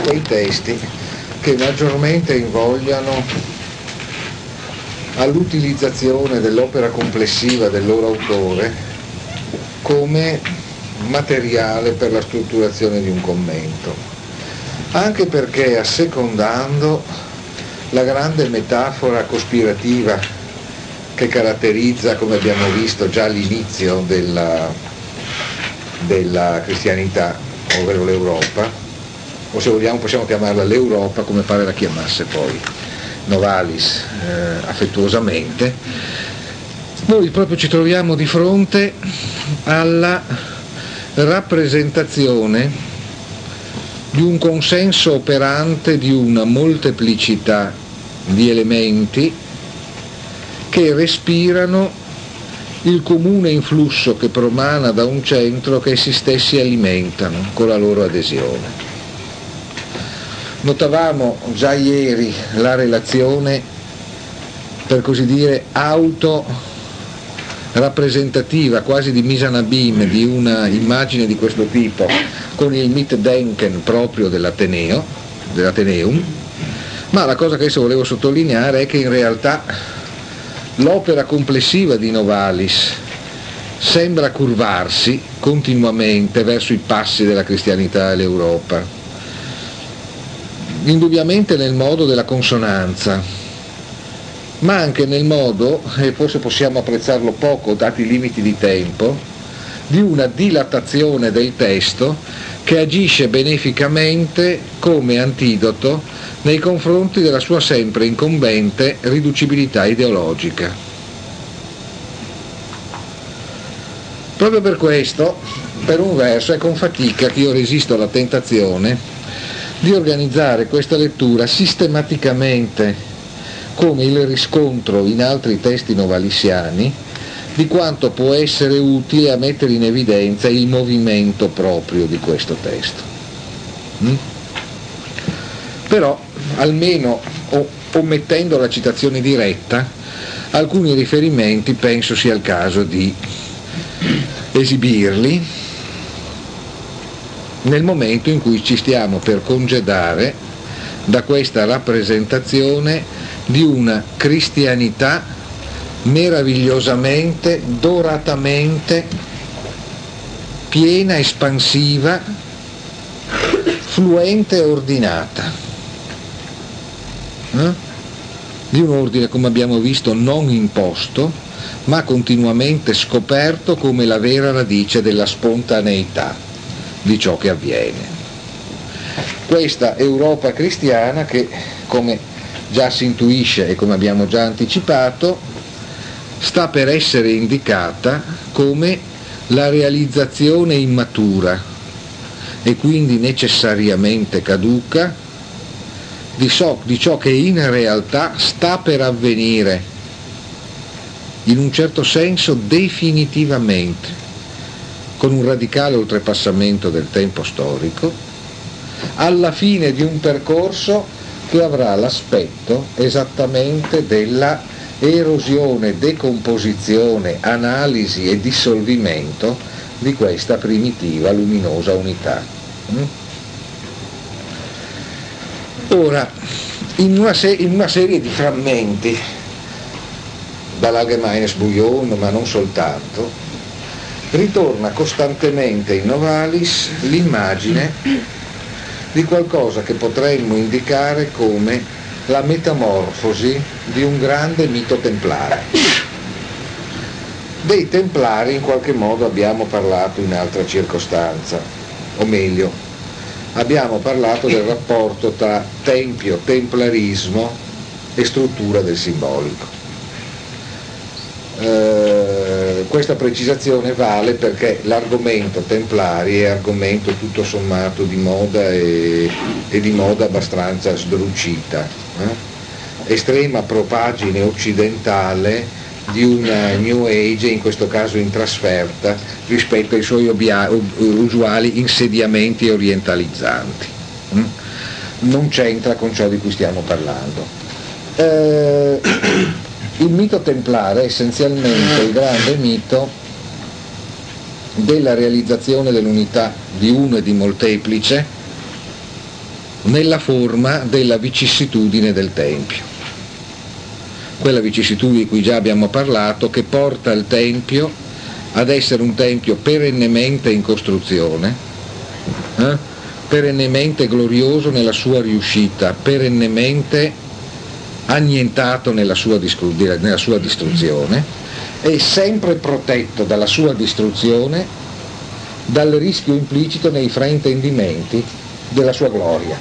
quei testi che maggiormente invogliano all'utilizzazione dell'opera complessiva del loro autore come materiale per la strutturazione di un commento, anche perché assecondando la grande metafora cospirativa che caratterizza, come abbiamo visto già all'inizio della cristianità, ovvero l'Europa, o se vogliamo possiamo chiamarla l'Europa come pare la chiamasse poi Novalis affettuosamente, noi proprio ci troviamo di fronte alla rappresentazione di un consenso operante di una molteplicità di elementi che respirano il comune influsso che promana da un centro che essi stessi alimentano con la loro adesione. Notavamo già ieri la relazione, per così dire, auto-rappresentativa, quasi di mise en abîme, di una immagine di questo tipo con il Mitdenken proprio dell'Ateneum, ma la cosa che adesso volevo sottolineare è che in realtà l'opera complessiva di Novalis sembra curvarsi continuamente verso i passi della cristianità e l'Europa, indubbiamente nel modo della consonanza, ma anche nel modo, e forse possiamo apprezzarlo poco dati i limiti di tempo, di una dilatazione del testo che agisce beneficamente come antidoto nei confronti della sua sempre incombente riducibilità ideologica. Proprio per questo, per un verso, è con fatica che io resisto alla tentazione di organizzare questa lettura sistematicamente come il riscontro in altri testi novalissiani di quanto può essere utile a mettere in evidenza il movimento proprio di questo testo. Però, almeno omettendo la citazione diretta, alcuni riferimenti penso sia il caso di esibirli nel momento in cui ci stiamo per congedare da questa rappresentazione di una cristianità meravigliosamente, doratamente piena, espansiva, fluente e ordinata, di un ordine, come abbiamo visto, non imposto, ma continuamente scoperto come la vera radice della spontaneità di ciò che avviene. Questa Europa cristiana che, come già si intuisce e come abbiamo già anticipato, sta per essere indicata come la realizzazione immatura e quindi necessariamente caduca di ciò che in realtà sta per avvenire, in un certo senso definitivamente, con un radicale oltrepassamento del tempo storico, alla fine di un percorso che avrà l'aspetto esattamente della erosione, decomposizione, analisi e dissolvimento di questa primitiva luminosa unità. Ora, in una serie di frammenti dall'Allgemeines Bouillon, ma non soltanto, ritorna costantemente in Novalis l'immagine di qualcosa che potremmo indicare come la metamorfosi di un grande mito templare. Dei templari in qualche modo abbiamo parlato in altra circostanza, o meglio, abbiamo parlato del rapporto tra tempio, templarismo e struttura del simbolico. Questa precisazione vale perché l'argomento templari è argomento tutto sommato di moda e di moda abbastanza sdrucita, estrema propagine occidentale di una New Age, in questo caso in trasferta, rispetto ai suoi usuali insediamenti orientalizzanti. Non c'entra con ciò di cui stiamo parlando. Il mito templare è essenzialmente il grande mito della realizzazione dell'unità di uno e di molteplice nella forma della vicissitudine del Tempio. Quella vicissitudine di cui già abbiamo parlato, che porta il Tempio ad essere un Tempio perennemente in costruzione, perennemente glorioso nella sua riuscita, perennemente annientato nella sua distruzione, e sempre protetto dalla sua distruzione dal rischio implicito nei fraintendimenti della sua gloria.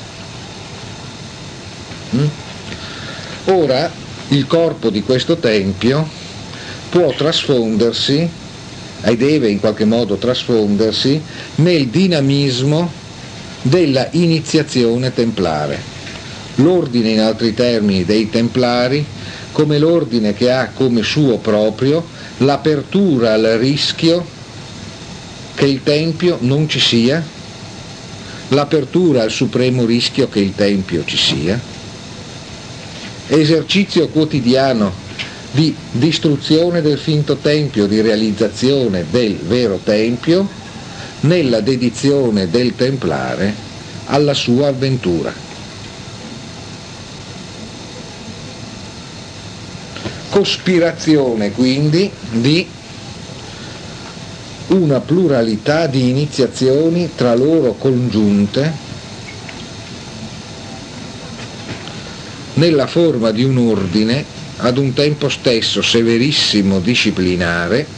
Ora il corpo di questo Tempio può trasfondersi, e deve in qualche modo trasfondersi, nel dinamismo della iniziazione templare. L'ordine, in altri termini, dei Templari, come l'ordine che ha come suo proprio l'apertura al rischio che il Tempio non ci sia, l'apertura al supremo rischio che il Tempio ci sia, esercizio quotidiano di distruzione del finto Tempio, di realizzazione del vero Tempio, nella dedizione del Templare alla sua avventura. Cospirazione quindi di una pluralità di iniziazioni tra loro congiunte nella forma di un ordine ad un tempo stesso severissimo disciplinare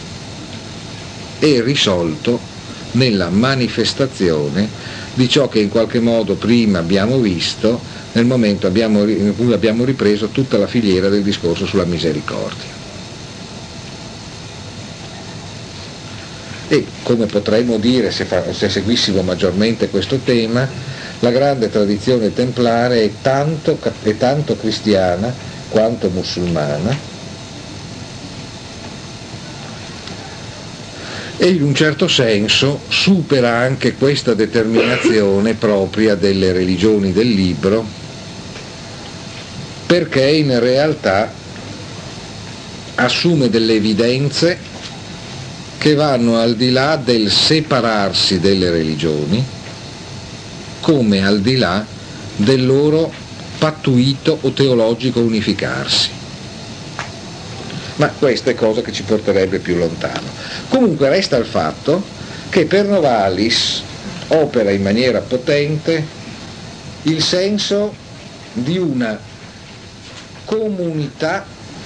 e risolto nella manifestazione di ciò che in qualche modo prima abbiamo visto nel momento in cui abbiamo ripreso tutta la filiera del discorso sulla misericordia. E come potremmo dire se seguissimo maggiormente questo tema, la grande tradizione templare è tanto cristiana quanto musulmana, e in un certo senso supera anche questa determinazione propria delle religioni del libro, perché in realtà assume delle evidenze che vanno al di là del separarsi delle religioni, come al di là del loro pattuito o teologico unificarsi. Ma questa è cosa che ci porterebbe più lontano. Comunque resta il fatto che per Novalis opera in maniera potente il senso di una comunità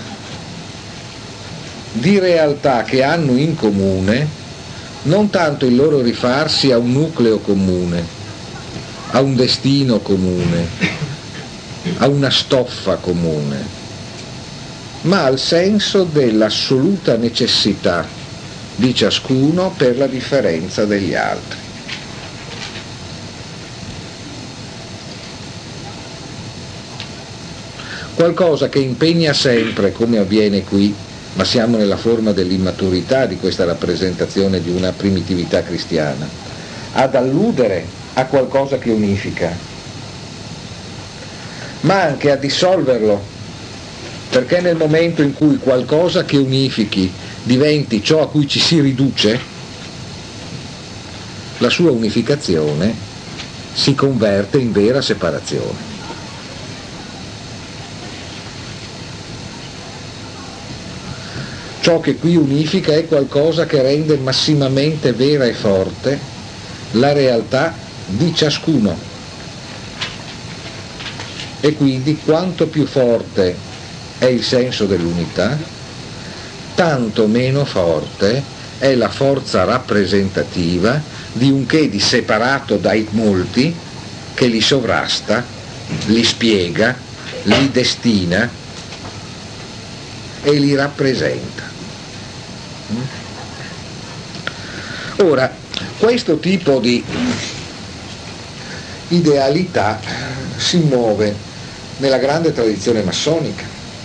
di realtà che hanno in comune non tanto il loro rifarsi a un nucleo comune, a un destino comune, a una stoffa comune, ma al senso dell'assoluta necessità di ciascuno per la differenza degli altri. Qualcosa che impegna sempre, come avviene qui, ma siamo nella forma dell'immaturità di questa rappresentazione di una primitività cristiana, ad alludere a qualcosa che unifica, ma anche a dissolverlo, perché nel momento in cui qualcosa che unifichi diventi ciò a cui ci si riduce, la sua unificazione si converte in vera separazione. Ciò che qui unifica è qualcosa che rende massimamente vera e forte la realtà di ciascuno, e quindi quanto più forte è il senso dell'unità, tanto meno forte è la forza rappresentativa di un che di separato dai molti che li sovrasta, li spiega, li destina e li rappresenta. Ora, questo tipo di idealità si muove nella grande tradizione massonica,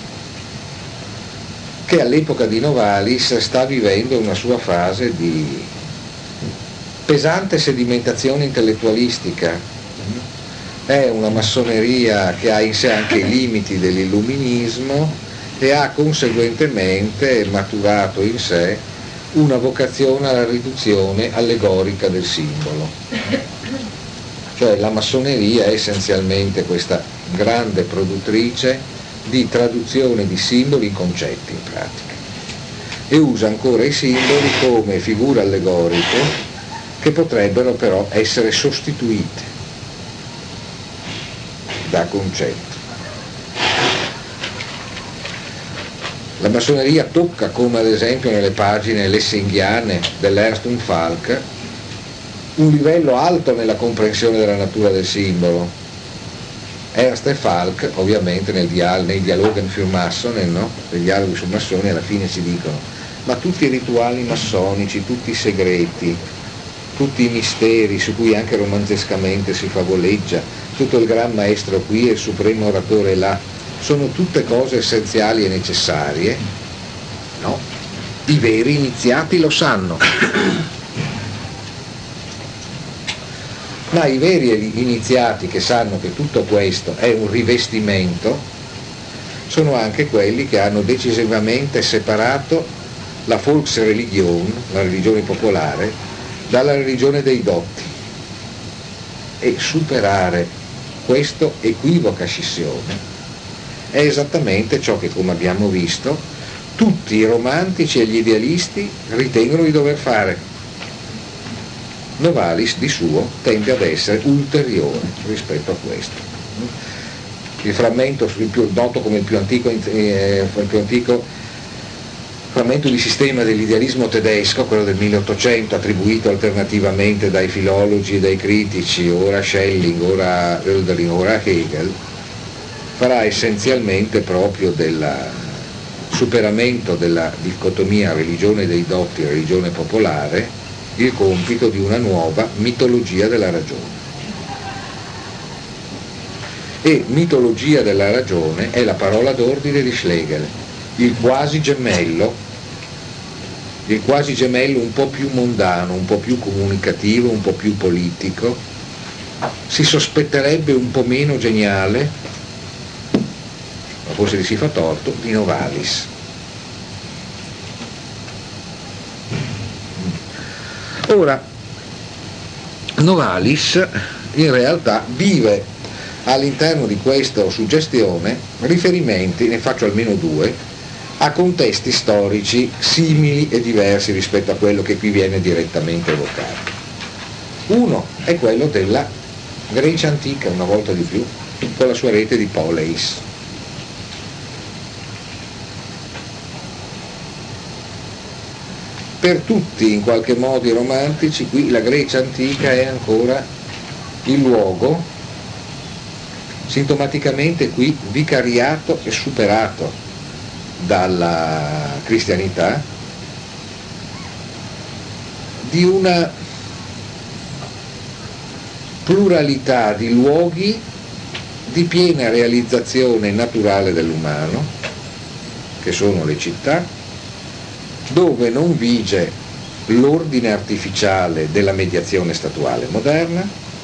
che all'epoca di Novalis sta vivendo una sua fase di pesante sedimentazione intellettualistica. È una massoneria che ha in sé anche i limiti dell'illuminismo e ha conseguentemente maturato in sé una vocazione alla riduzione allegorica del simbolo. Cioè la massoneria è essenzialmente questa grande produttrice di traduzione di simboli in concetti in pratica, e usa ancora i simboli come figure allegoriche che potrebbero però essere sostituite da concetti. La massoneria tocca, come ad esempio nelle pagine lessinghiane dell'Ernst und Falk, un livello alto nella comprensione della natura del simbolo. Ernst e Falk, ovviamente nei Dialogen für Massonen, no? Nei dialoghi su massoni, alla fine si dicono: ma tutti i rituali massonici, tutti i segreti, tutti i misteri su cui anche romanzescamente si favoleggia, tutto il gran maestro qui e il supremo oratore là, sono tutte cose essenziali e necessarie? No, i veri iniziati lo sanno. Ma i veri iniziati che sanno che tutto questo è un rivestimento sono anche quelli che hanno decisamente separato la Volksreligion, la religione popolare, dalla religione dei dotti, e superare questa equivoca scissione è esattamente ciò che, come abbiamo visto, tutti i romantici e gli idealisti ritengono di dover fare. Novalis di suo tende ad essere ulteriore rispetto a questo. Il frammento, il più noto come il più antico frammento di sistema dell'idealismo tedesco, quello del 1800, attribuito alternativamente dai filologi e dai critici, ora Schelling, ora Hölderlin, ora Hegel, farà essenzialmente proprio del superamento della dicotomia religione dei dotti e religione popolare il compito di una nuova mitologia della ragione. E mitologia della ragione è la parola d'ordine di Schlegel, il quasi gemello un po' più mondano, un po' più comunicativo, un po' più politico, si sospetterebbe un po' meno geniale, ma forse gli si fa torto, di Novalis. Ora, Novalis in realtà vive all'interno di questa suggestione riferimenti, ne faccio almeno due, a contesti storici simili e diversi rispetto a quello che qui viene direttamente evocato. Uno è quello della Grecia antica, una volta di più, con la sua rete di poleis. Per tutti in qualche modo i romantici, qui la Grecia antica è ancora il luogo, sintomaticamente qui vicariato e superato dalla cristianità, di una pluralità di luoghi di piena realizzazione naturale dell'umano, che sono le città, dove non vige l'ordine artificiale della mediazione statuale moderna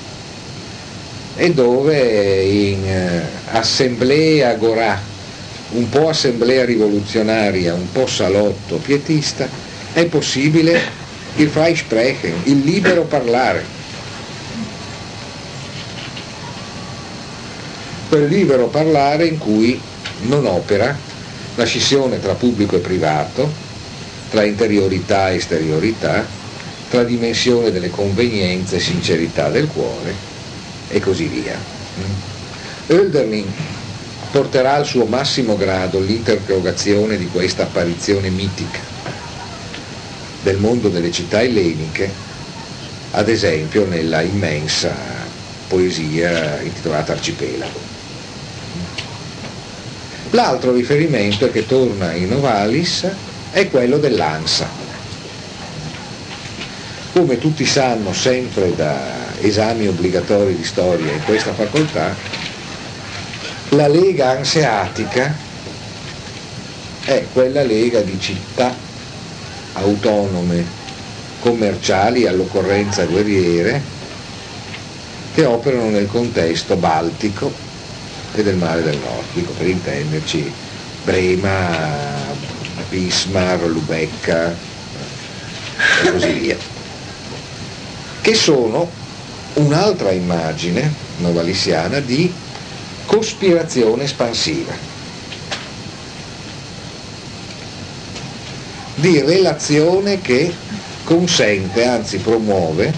e dove in assemblea agorà, un po' assemblea rivoluzionaria, un po' salotto pietista, è possibile il Freisprechen, il libero parlare. Quel libero parlare in cui non opera la scissione tra pubblico e privato, tra interiorità e esteriorità, tra dimensione delle convenienze e sincerità del cuore e così via. Hölderlin porterà al suo massimo grado l'interrogazione di questa apparizione mitica del mondo delle città elleniche, ad esempio nella immensa poesia intitolata Arcipelago. L'altro riferimento che torna in Novalis è quello dell'Ansa. Come tutti sanno sempre da esami obbligatori di storia in questa facoltà, la lega anseatica è quella lega di città autonome, commerciali, all'occorrenza guerriere, che operano nel contesto baltico e del Mare del Nord, dico per intenderci Brema, Wismar, Lubecca e così via, che sono un'altra immagine novalissiana di cospirazione espansiva, di relazione che consente, anzi promuove,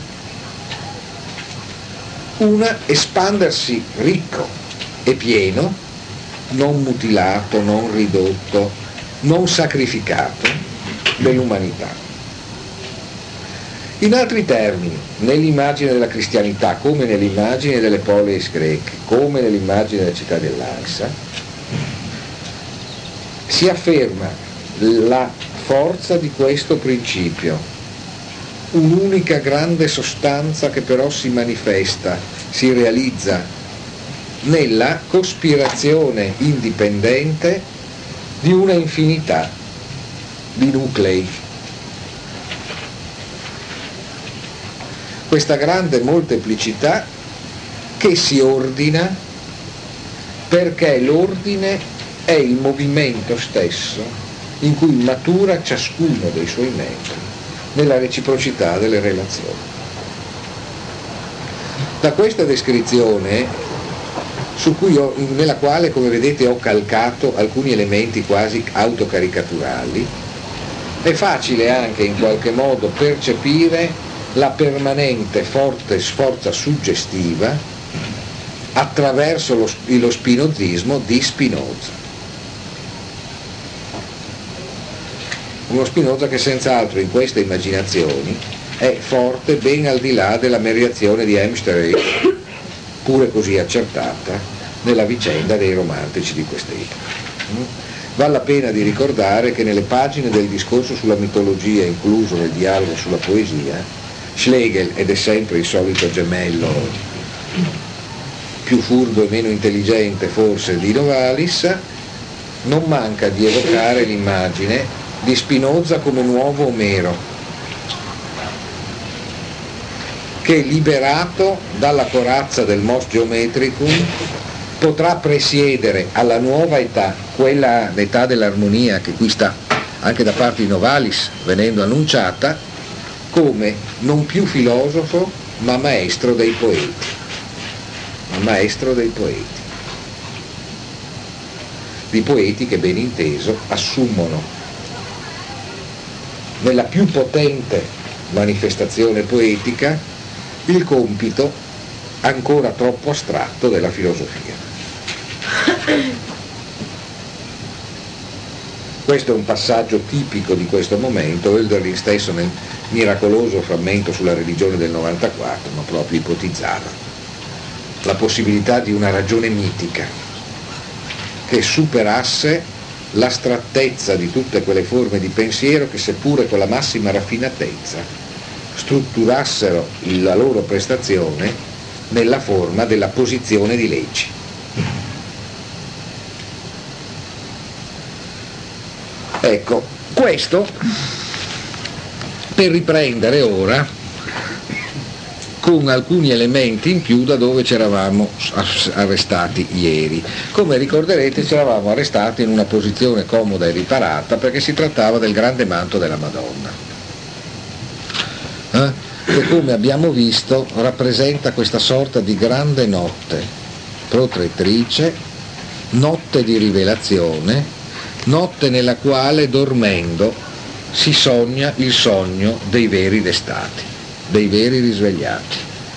un espandersi ricco e pieno, non mutilato, non ridotto, non sacrificato, dell'umanità. In altri termini, nell'immagine della cristianità, come nell'immagine delle polis greche, come nell'immagine della città dell'Ansa, si afferma la forza di questo principio, un'unica grande sostanza che però si manifesta, si realizza nella cospirazione indipendente di una infinità di nuclei. Questa grande molteplicità che si ordina perché l'ordine è il movimento stesso in cui matura ciascuno dei suoi membri nella reciprocità delle relazioni. Da questa descrizione, nella quale, come vedete, ho calcato alcuni elementi quasi autocaricaturali, è facile anche in qualche modo percepire la permanente forte forza suggestiva attraverso lo spinozismo di Spinoza. Uno Spinoza che senz'altro in queste immaginazioni è forte ben al di là della mediazione di Hemsterreich, pure così accertata nella vicenda dei romantici di quest'epoca. Vale la pena di ricordare che nelle pagine del discorso sulla mitologia, incluso nel dialogo sulla poesia, Schlegel, ed è sempre il solito gemello più furbo e meno intelligente forse di Novalis, non manca di evocare l'immagine di Spinoza come nuovo Omero, che liberato dalla corazza del mos geometricum potrà presiedere alla nuova età, quella l'età dell'armonia che qui sta anche da parte di Novalis venendo annunciata, come non più filosofo ma maestro dei poeti. Di poeti che, ben inteso, assumono nella più potente manifestazione poetica il compito ancora troppo astratto della filosofia. Questo è un passaggio tipico di questo momento. Hölderlin stesso nel miracoloso frammento sulla religione del 94, ma proprio ipotizzava la possibilità di una ragione mitica che superasse l'astrattezza di tutte quelle forme di pensiero che, seppure con la massima raffinatezza, strutturassero la loro prestazione nella forma della posizione di leggi. Ecco, questo per riprendere ora con alcuni elementi in più da dove ci eravamo arrestati ieri. Come ricorderete, ci eravamo arrestati in una posizione comoda e riparata perché si trattava del grande manto della Madonna, che, come abbiamo visto, rappresenta questa sorta di grande notte protettrice, notte di rivelazione, notte nella quale, dormendo, si sogna il sogno dei veri destati, dei veri risvegliati.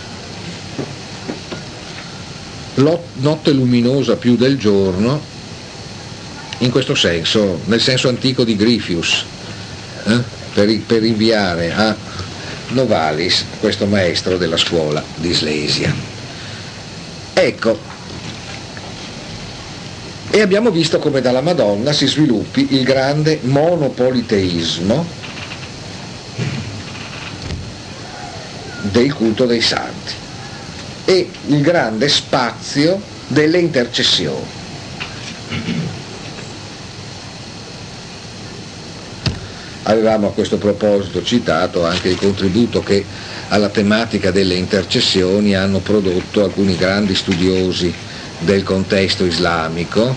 Notte luminosa più del giorno, in questo senso, nel senso antico di Gryphius, per inviare a Novalis, questo maestro della scuola di Slesia. Ecco, e abbiamo visto come dalla Madonna si sviluppi il grande monopoliteismo del culto dei santi e il grande spazio delle intercessioni. Avevamo a questo proposito citato anche il contributo che alla tematica delle intercessioni hanno prodotto alcuni grandi studiosi del contesto islamico,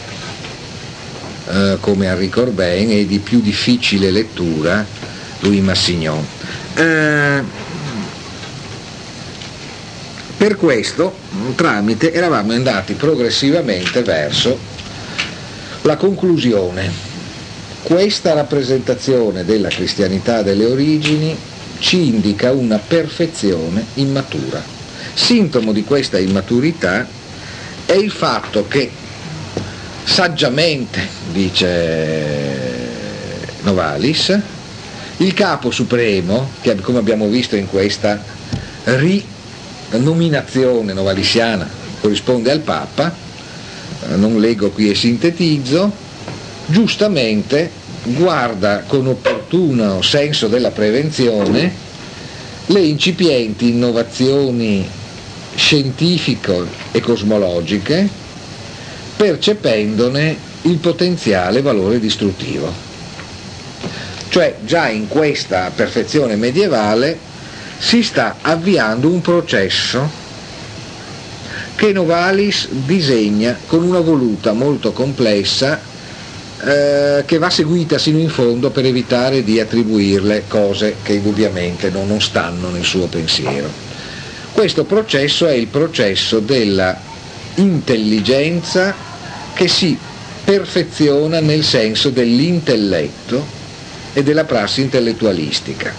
come Henri Corbin, e di più difficile lettura Louis Massignon. Per questo tramite eravamo andati progressivamente verso la conclusione. Questa rappresentazione della cristianità delle origini ci indica una perfezione immatura. Sintomo di questa immaturità è il fatto che saggiamente, dice Novalis, il capo supremo, che come abbiamo visto in questa rinominazione novalisiana corrisponde al Papa, non leggo qui e sintetizzo, giustamente guarda con opportuno senso della prevenzione le incipienti innovazioni scientifiche e cosmologiche, percependone il potenziale valore distruttivo. Cioè già in questa perfezione medievale si sta avviando un processo che Novalis disegna con una voluta molto complessa che va seguita sino in fondo per evitare di attribuirle cose che indubbiamente non stanno nel suo pensiero. Questo processo è il processo della intelligenza che si perfeziona nel senso dell'intelletto e della prassi intellettualistica.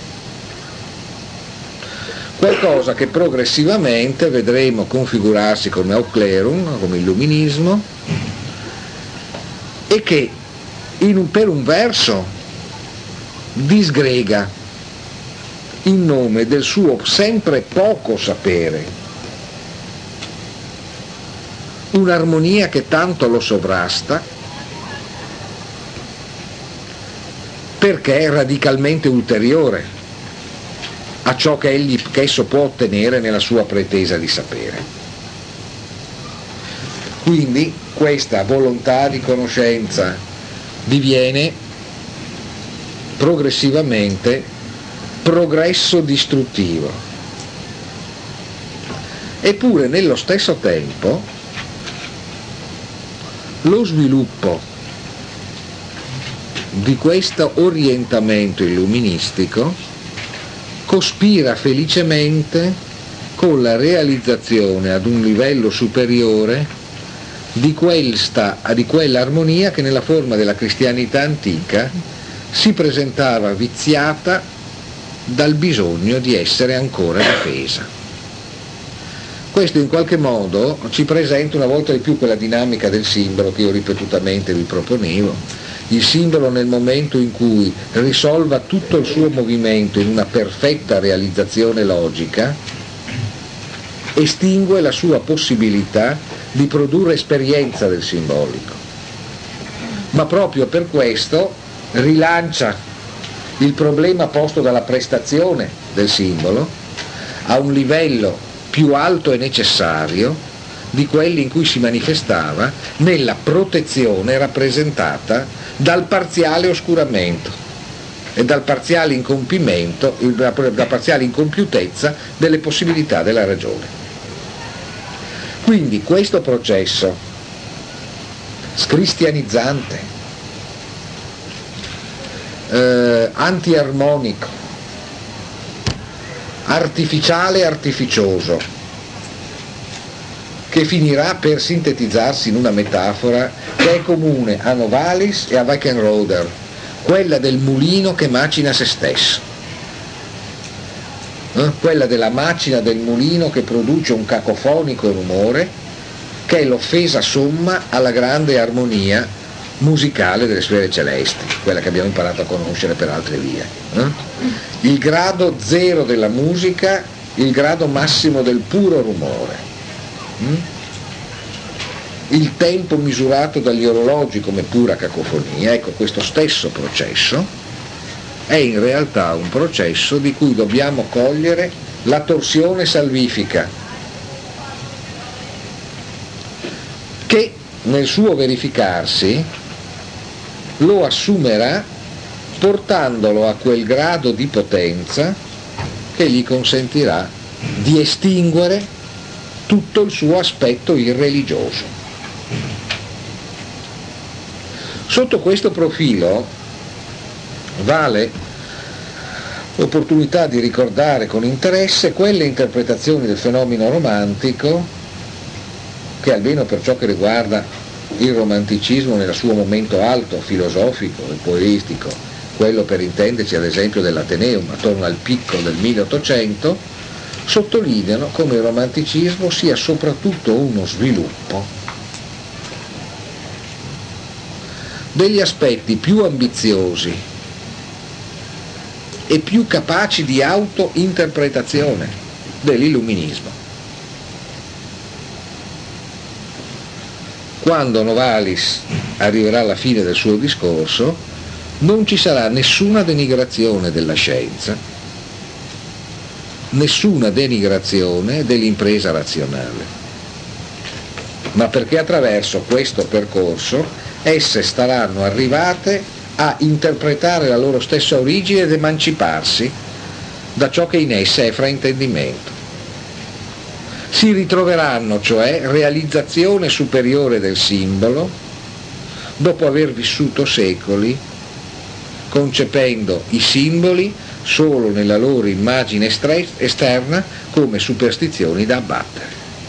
Qualcosa che progressivamente vedremo configurarsi come Aufklärung, come illuminismo, e che per un verso disgrega in nome del suo sempre poco sapere un'armonia che tanto lo sovrasta, perché è radicalmente ulteriore a ciò che esso può ottenere nella sua pretesa di sapere. Quindi questa volontà di conoscenza diviene progressivamente progresso distruttivo. Eppure nello stesso tempo lo sviluppo di questo orientamento illuministico cospira felicemente con la realizzazione ad un livello superiore di quell'armonia che nella forma della cristianità antica si presentava viziata dal bisogno di essere ancora difesa. Questo in qualche modo ci presenta una volta di più quella dinamica del simbolo che io ripetutamente vi proponevo. Il simbolo, nel momento in cui risolva tutto il suo movimento in una perfetta realizzazione logica, estingue la sua possibilità di produrre esperienza del simbolico, ma proprio per questo rilancia il problema posto dalla prestazione del simbolo a un livello più alto e necessario di quelli in cui si manifestava nella protezione rappresentata dal parziale oscuramento e dal parziale incompimento, dalla parziale incompiutezza delle possibilità della ragione. Quindi questo processo scristianizzante, antiarmonico, artificiale e artificioso, che finirà per sintetizzarsi in una metafora che è comune a Novalis e a Wackenroder, quella del mulino che macina se stesso, quella della macina del mulino che produce un cacofonico rumore che è l'offesa somma alla grande armonia musicale delle sfere celesti, quella che abbiamo imparato a conoscere per altre vie. Il grado zero della musica, il grado massimo del puro rumore. Il tempo misurato dagli orologi come pura cacofonia. Ecco, questo stesso processo è in realtà un processo di cui dobbiamo cogliere la torsione salvifica, che nel suo verificarsi lo assumerà portandolo a quel grado di potenza che gli consentirà di estinguere tutto il suo aspetto irreligioso. Sotto questo profilo vale opportunità di ricordare con interesse quelle interpretazioni del fenomeno romantico che, almeno per ciò che riguarda il romanticismo nel suo momento alto, filosofico e poetico, quello per intenderci ad esempio dell'Ateneum attorno al picco del 1800, sottolineano come il romanticismo sia soprattutto uno sviluppo degli aspetti più ambiziosi e più capaci di auto-interpretazione dell'illuminismo. Quando Novalis arriverà alla fine del suo discorso, non ci sarà nessuna denigrazione della scienza, nessuna denigrazione dell'impresa razionale, ma perché attraverso questo percorso esse staranno arrivate a interpretare la loro stessa origine ed emanciparsi da ciò che in esse è fraintendimento. Si ritroveranno, cioè, realizzazione superiore del simbolo dopo aver vissuto secoli concependo i simboli solo nella loro immagine esterna come superstizioni da abbattere.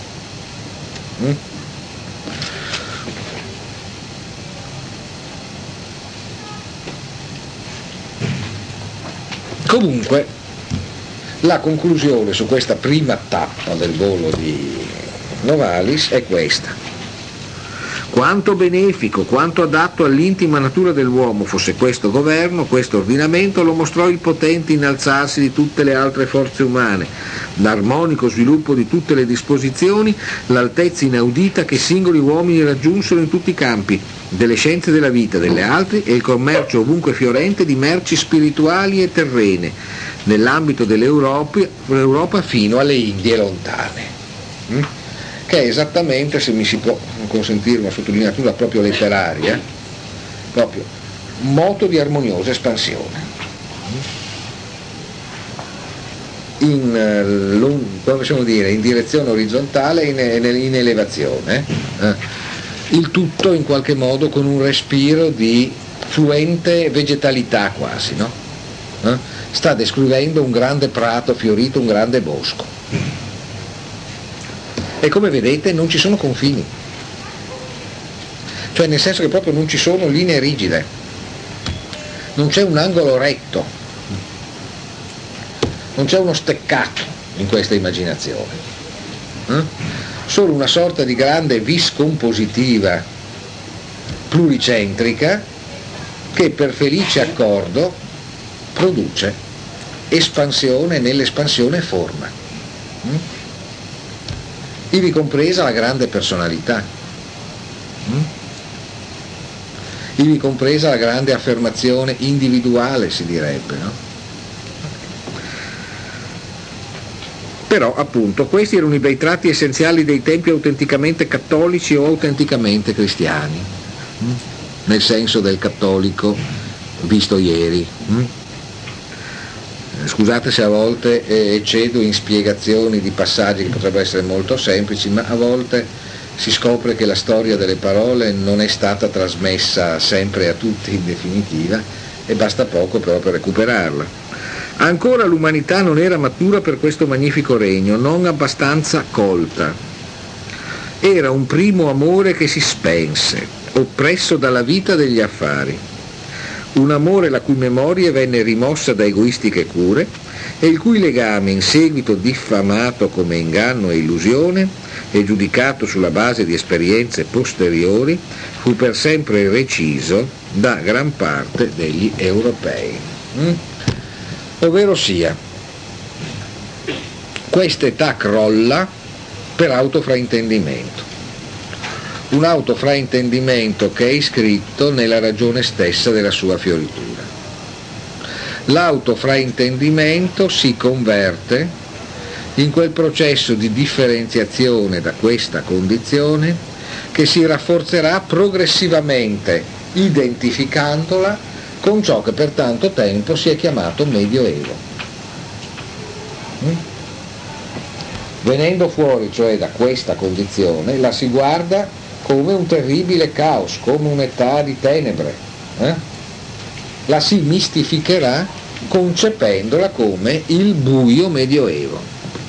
Comunque, la conclusione su questa prima tappa del volo di Novalis è questa. Quanto benefico, quanto adatto all'intima natura dell'uomo fosse questo governo, questo ordinamento, lo mostrò il potente innalzarsi di tutte le altre forze umane, l'armonico sviluppo di tutte le disposizioni, l'altezza inaudita che singoli uomini raggiunsero in tutti i campi, delle scienze della vita, delle altre, e il commercio ovunque fiorente di merci spirituali e terrene, nell'ambito dell'Europa fino alle Indie lontane. Che è esattamente, se mi si può consentire una sottolineatura proprio letteraria, proprio un moto di armoniosa espansione come possiamo dire, in direzione orizzontale e in elevazione, il tutto in qualche modo con un respiro di fluente vegetalità quasi, no? Sta descrivendo un grande prato fiorito, un grande bosco. E come vedete non ci sono confini, cioè nel senso che proprio non ci sono linee rigide, non c'è un angolo retto, non c'è uno steccato in questa immaginazione, solo una sorta di grande vis compositiva pluricentrica che per felice accordo produce espansione nell'espansione forma. Ivi compresa la grande personalità, ivi compresa la grande affermazione individuale, si direbbe, no? Però appunto questi erano i bei tratti essenziali dei tempi autenticamente cattolici o autenticamente cristiani, nel senso del cattolico visto ieri. Scusate se a volte eccedo in spiegazioni di passaggi che potrebbero essere molto semplici, ma a volte si scopre che la storia delle parole non è stata trasmessa sempre a tutti in definitiva e basta poco però per recuperarla. Ancora l'umanità non era matura per questo magnifico regno, non abbastanza colta. Era un primo amore che si spense, oppresso dalla vita degli affari. Un amore la cui memoria venne rimossa da egoistiche cure e il cui legame, in seguito diffamato come inganno e illusione e giudicato sulla base di esperienze posteriori, fu per sempre reciso da gran parte degli europei. Ovvero sia, quest'età crolla per autofraintendimento. Un autofraintendimento che è iscritto nella ragione stessa della sua fioritura. L'autofraintendimento si converte in quel processo di differenziazione da questa condizione che si rafforzerà progressivamente identificandola con ciò che per tanto tempo si è chiamato Medioevo. Venendo fuori cioè da questa condizione la si guarda come un terribile caos, come un'età di tenebre. La si mistificherà concependola come il buio medioevo,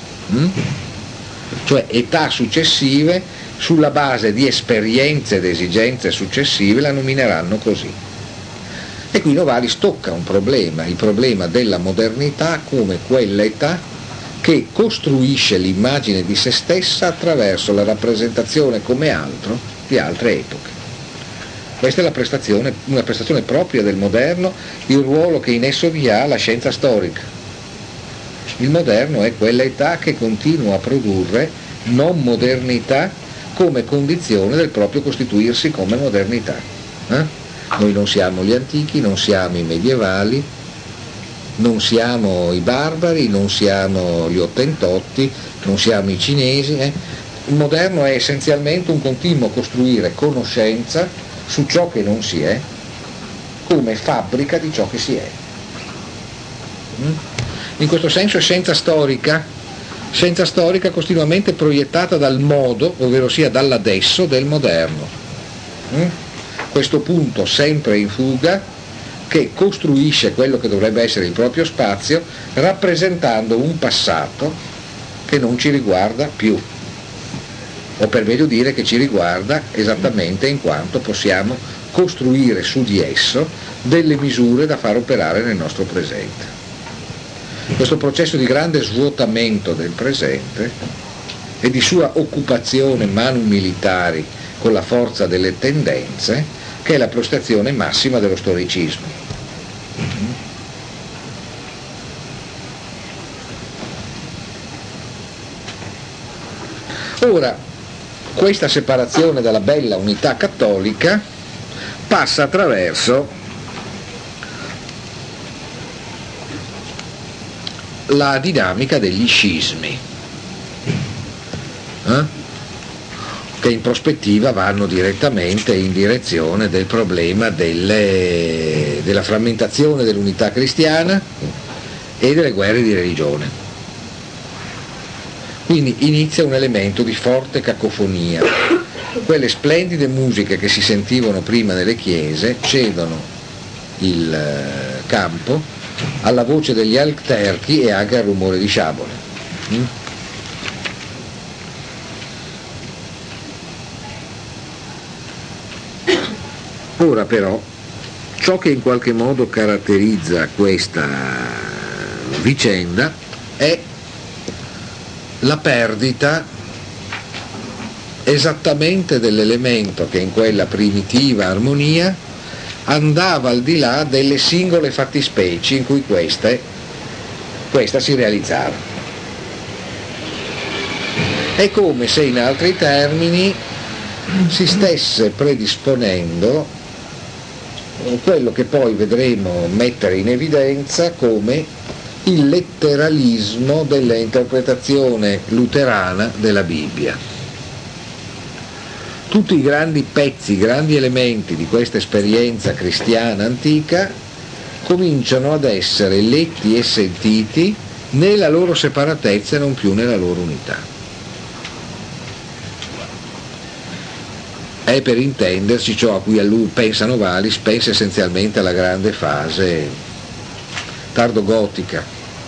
cioè età successive sulla base di esperienze ed esigenze successive la nomineranno così. E qui Novalis tocca un problema, il problema della modernità come quella età che costruisce l'immagine di se stessa attraverso la rappresentazione come altro di altre epoche. Questa è una prestazione propria del moderno, il ruolo che in esso vi ha la scienza storica. Il moderno è quella età che continua a produrre non modernità come condizione del proprio costituirsi come modernità. Noi non siamo gli antichi, non siamo i medievali, non siamo i barbari, non siamo gli ottentotti, non siamo i cinesi. Il moderno è essenzialmente un continuo costruire conoscenza su ciò che non si è, come fabbrica di ciò che si è. In questo senso è scienza storica continuamente proiettata dal modo, ovvero sia dall'adesso del moderno. Questo punto sempre in fuga che costruisce quello che dovrebbe essere il proprio spazio, rappresentando un passato che non ci riguarda più, o per meglio dire che ci riguarda esattamente in quanto possiamo costruire su di esso delle misure da far operare nel nostro presente. Questo processo di grande svuotamento del presente e di sua occupazione manu militari con la forza delle tendenze, che è la prestazione massima dello storicismo. Ora, questa separazione dalla bella unità cattolica passa attraverso la dinamica degli scismi, che in prospettiva vanno direttamente in direzione del problema della frammentazione dell'unità cristiana e delle guerre di religione. Quindi inizia un elemento di forte cacofonia. Quelle splendide musiche che si sentivano prima nelle chiese cedono il campo alla voce degli alterchi e anche al rumore di sciabole. Ora però, ciò che in qualche modo caratterizza questa vicenda è la perdita esattamente dell'elemento che in quella primitiva armonia andava al di là delle singole fattispecie in cui questa si realizzava. È come se in altri termini si stesse predisponendo quello che poi vedremo mettere in evidenza come il letteralismo dell'interpretazione luterana della Bibbia. Tutti i grandi pezzi, i grandi elementi di questa esperienza cristiana antica cominciano ad essere letti e sentiti nella loro separatezza e non più nella loro unità. È per intenderci ciò a cui pensa Novalis, pensa essenzialmente alla grande fase tardogotica,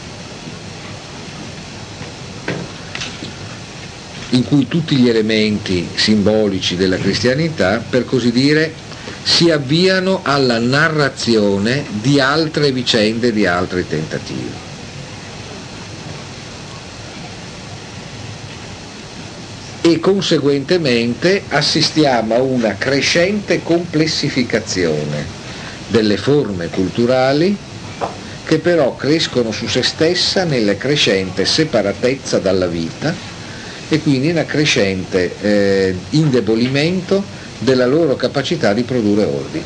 in cui tutti gli elementi simbolici della cristianità, per così dire, si avviano alla narrazione di altre vicende, di altri tentativi. E conseguentemente assistiamo a una crescente complessificazione delle forme culturali che però crescono su se stessa nella crescente separatezza dalla vita e quindi in una crescente indebolimento della loro capacità di produrre ordine.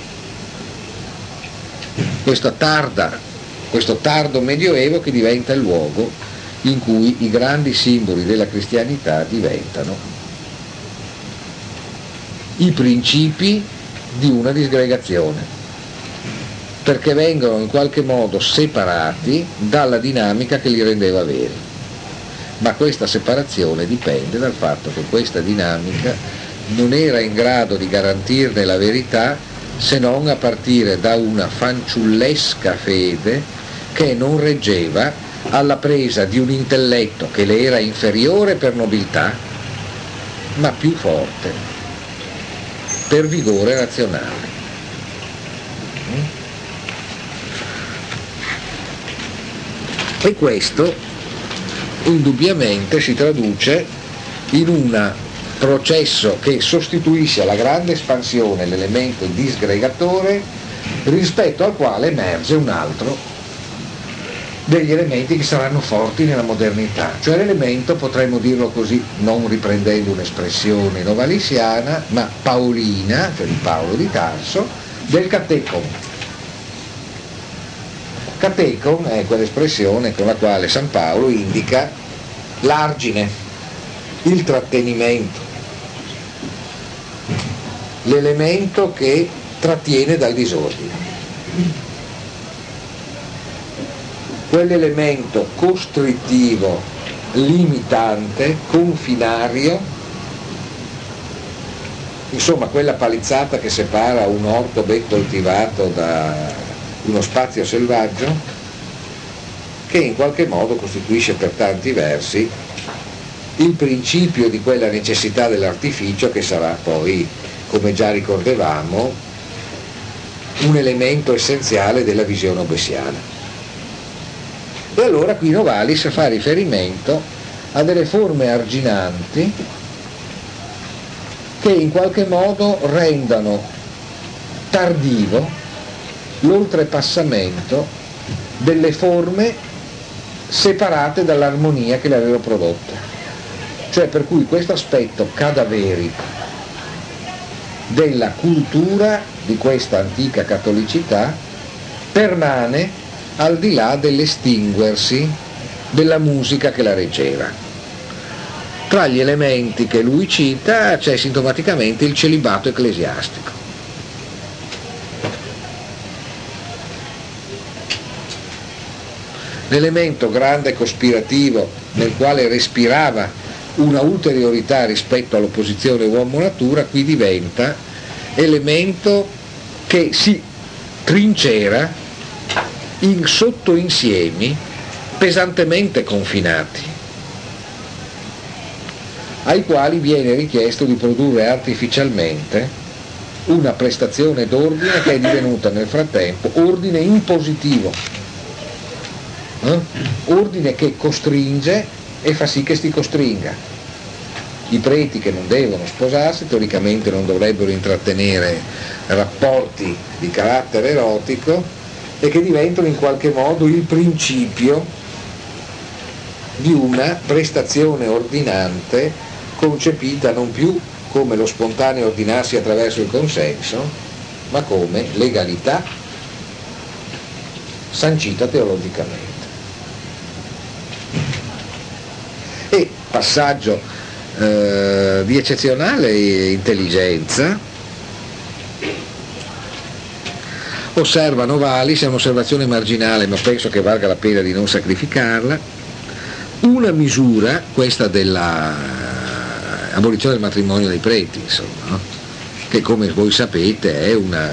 Questo tardo medioevo che diventa il luogo in cui i grandi simboli della cristianità diventano i principi di una disgregazione, perché vengono in qualche modo separati dalla dinamica che li rendeva veri. Ma questa separazione dipende dal fatto che questa dinamica non era in grado di garantirne la verità se non a partire da una fanciullesca fede che non reggeva alla presa di un intelletto che le era inferiore per nobiltà, ma più forte per vigore razionale. E questo indubbiamente si traduce in un processo che sostituisce alla grande espansione l'elemento disgregatore, rispetto al quale emerge un altro degli elementi che saranno forti nella modernità, cioè l'elemento, potremmo dirlo così, non riprendendo un'espressione novalissiana, ma paolina, cioè di Paolo di Tarso, del catechon. Catechon è quell'espressione con la quale San Paolo indica l'argine, il trattenimento, l'elemento che trattiene dal disordine, quell'elemento costrittivo, limitante, confinario, insomma quella palizzata che separa un orto ben coltivato da uno spazio selvaggio, che in qualche modo costituisce per tanti versi il principio di quella necessità dell'artificio che sarà poi, come già ricordavamo, un elemento essenziale della visione hobbesiana. E allora qui Novalis fa riferimento a delle forme arginanti che in qualche modo rendano tardivo l'oltrepassamento delle forme separate dall'armonia che le aveva prodotte, cioè per cui questo aspetto cadaverico della cultura di questa antica cattolicità permane al di là dell'estinguersi della musica che la reggeva. Tra gli elementi che lui cita c'è sintomaticamente il celibato ecclesiastico. L'elemento grande e cospirativo nel quale respirava una ulteriorità rispetto all'opposizione uomo-natura qui diventa elemento che si trincera in sottoinsiemi pesantemente confinati, ai quali viene richiesto di produrre artificialmente una prestazione d'ordine che è divenuta nel frattempo ordine impositivo, ordine che costringe e fa sì che si costringa. I preti che non devono sposarsi teoricamente non dovrebbero intrattenere rapporti di carattere erotico e che diventano in qualche modo il principio di una prestazione ordinante concepita non più come lo spontaneo ordinarsi attraverso il consenso, ma come legalità sancita teologicamente. E passaggio di eccezionale intelligenza, osserva Novalis, è un'osservazione marginale ma penso che valga la pena di non sacrificarla, una misura, questa della abolizione del matrimonio dei preti, insomma, no? Che come voi sapete è una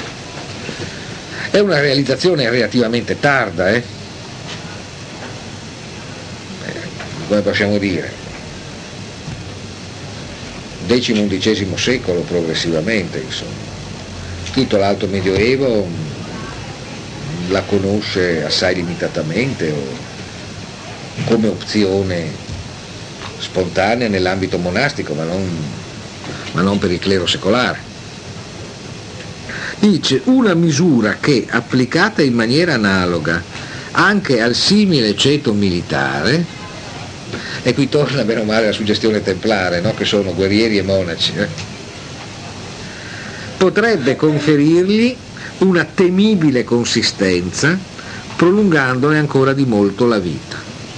realizzazione relativamente tarda, come possiamo dire, X-XI secolo progressivamente, insomma. Tutto l'alto medioevo la conosce assai limitatamente o come opzione spontanea nell'ambito monastico, ma non per il clero secolare. Dice una misura che, applicata in maniera analoga anche al simile ceto militare, e qui torna bene o male la suggestione templare, no? Che sono guerrieri e monaci, potrebbe conferirgli una temibile consistenza, prolungandone ancora di molto la vita.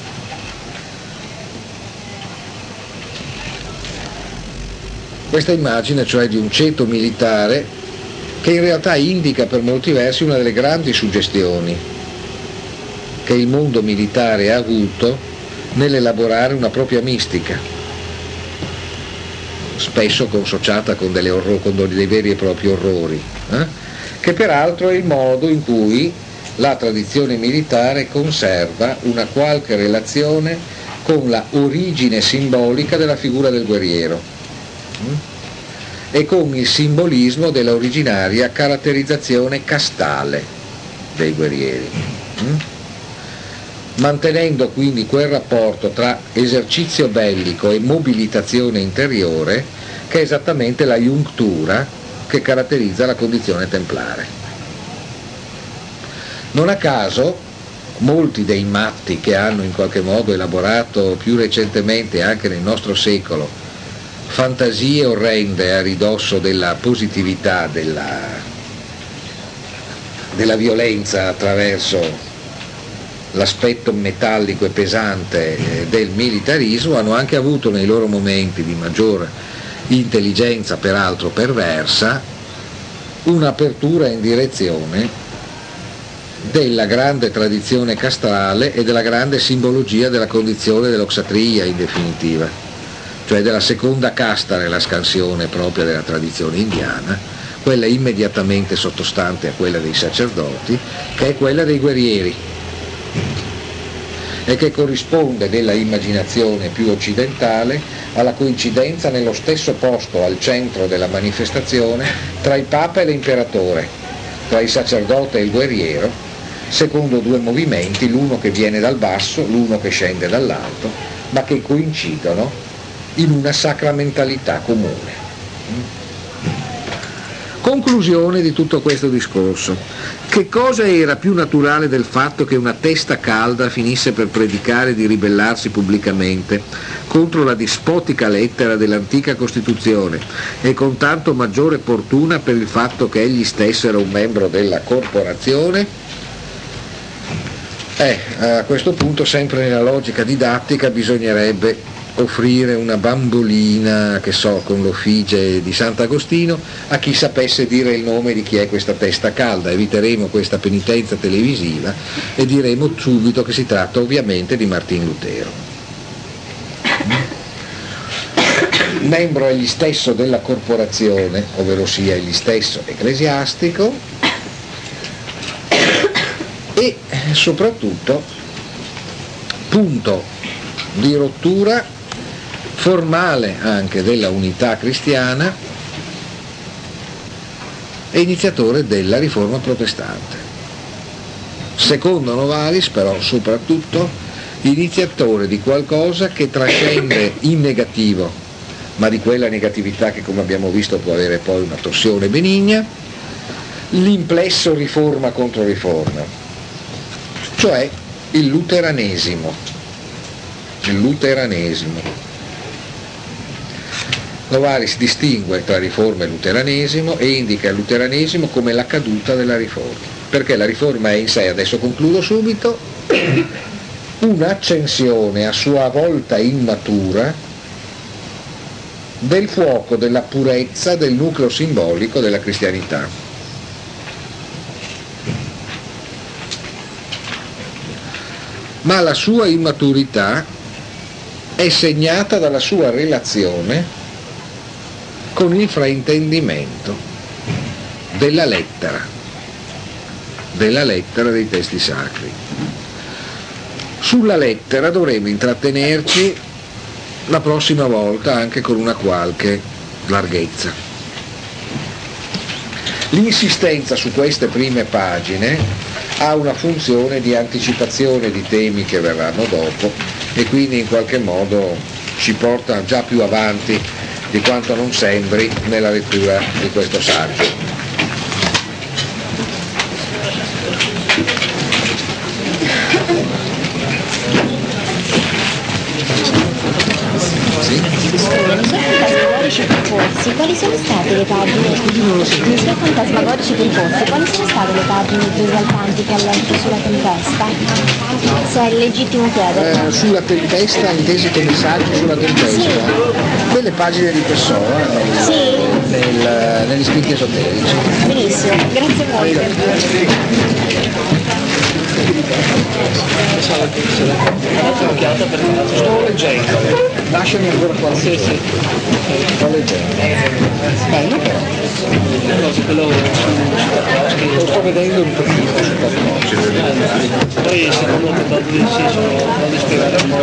Questa immagine, cioè di un ceto militare, che in realtà indica per molti versi una delle grandi suggestioni che il mondo militare ha avuto nell'elaborare una propria mistica, spesso consociata con dei veri e propri orrori, che peraltro è il modo in cui la tradizione militare conserva una qualche relazione con la origine simbolica della figura del guerriero e con il simbolismo della originaria caratterizzazione castale dei guerrieri, mantenendo quindi quel rapporto tra esercizio bellico e mobilitazione interiore che è esattamente la iunctura che caratterizza la condizione templare. Non a caso molti dei matti che hanno in qualche modo elaborato più recentemente, anche nel nostro secolo, fantasie orrende a ridosso della positività della violenza attraverso l'aspetto metallico e pesante del militarismo, hanno anche avuto nei loro momenti di maggior intelligenza, peraltro perversa, un'apertura in direzione della grande tradizione castrale e della grande simbologia della condizione dell'oxatria, in definitiva, cioè della seconda casta nella scansione propria della tradizione indiana, quella immediatamente sottostante a quella dei sacerdoti, che è quella dei guerrieri, e che corrisponde nella immaginazione più occidentale alla coincidenza nello stesso posto al centro della manifestazione tra il Papa e l'imperatore, tra il sacerdote e il guerriero, secondo due movimenti, l'uno che viene dal basso, l'uno che scende dall'alto, ma che coincidono in una sacramentalità comune. Conclusione di tutto questo discorso. Che cosa era più naturale del fatto che una testa calda finisse per predicare di ribellarsi pubblicamente contro la dispotica lettera dell'antica Costituzione e con tanto maggiore fortuna per il fatto che egli stesso era un membro della corporazione? A questo punto, sempre nella logica didattica, bisognerebbe offrire una bambolina, che so, con l'office di Sant'Agostino a chi sapesse dire il nome di chi è questa testa calda. Eviteremo questa penitenza televisiva e diremo subito che si tratta ovviamente di Martin Lutero, membro egli stesso della corporazione, ovvero sia egli stesso ecclesiastico, e soprattutto punto di rottura formale anche della unità cristiana e iniziatore della riforma protestante. Secondo Novalis, però, soprattutto iniziatore di qualcosa che trascende in negativo, ma di quella negatività che, come abbiamo visto, può avere poi una torsione benigna, l'implesso riforma contro riforma, cioè il luteranesimo. Novalis distingue tra riforma e luteranesimo e indica il luteranesimo come la caduta della riforma, perché la riforma è in sé, adesso concludo subito, un'accensione a sua volta immatura del fuoco della purezza del nucleo simbolico della cristianità. Ma la sua immaturità è segnata dalla sua relazione con il fraintendimento della lettera dei testi sacri. Sulla lettera dovremo intrattenerci la prossima volta anche con una qualche larghezza. L'insistenza su queste prime pagine ha una funzione di anticipazione di temi che verranno dopo e quindi in qualche modo ci porta già più avanti di quanto non sembri nella lettura di questo saggio. Proposti, quali sono state le pagine? Nei suoi fantasmagorici proposti, quali sono state le pagine più esaltanti che ha letto sulla tempesta? Se è legittimo chiedere. Sulla tempesta, intesi come saggi sulla tempesta? Sì. Quelle pagine di Pessoa, sì. Negli scritti esoterici. Benissimo, grazie molte. Sto leggendo, lasciami ancora qualche. Sto leggendo. Bello però. Lo sto vedendo un pochino sconvolgere. Poi secondo me dato di sì sono da spiegare un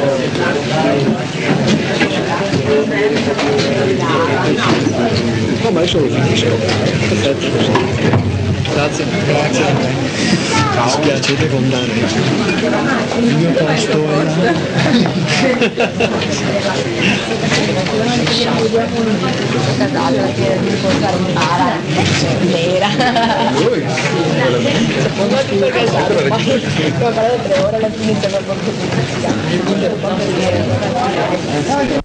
No, ma adesso lo finisco. perfetto così. Grazie. Mi spiace, devo andare. Il mio posto è là. Casata che riposare in bara, nera. Secondo me tutto casato, poi ho parlato 3 ore alla fine siamo molto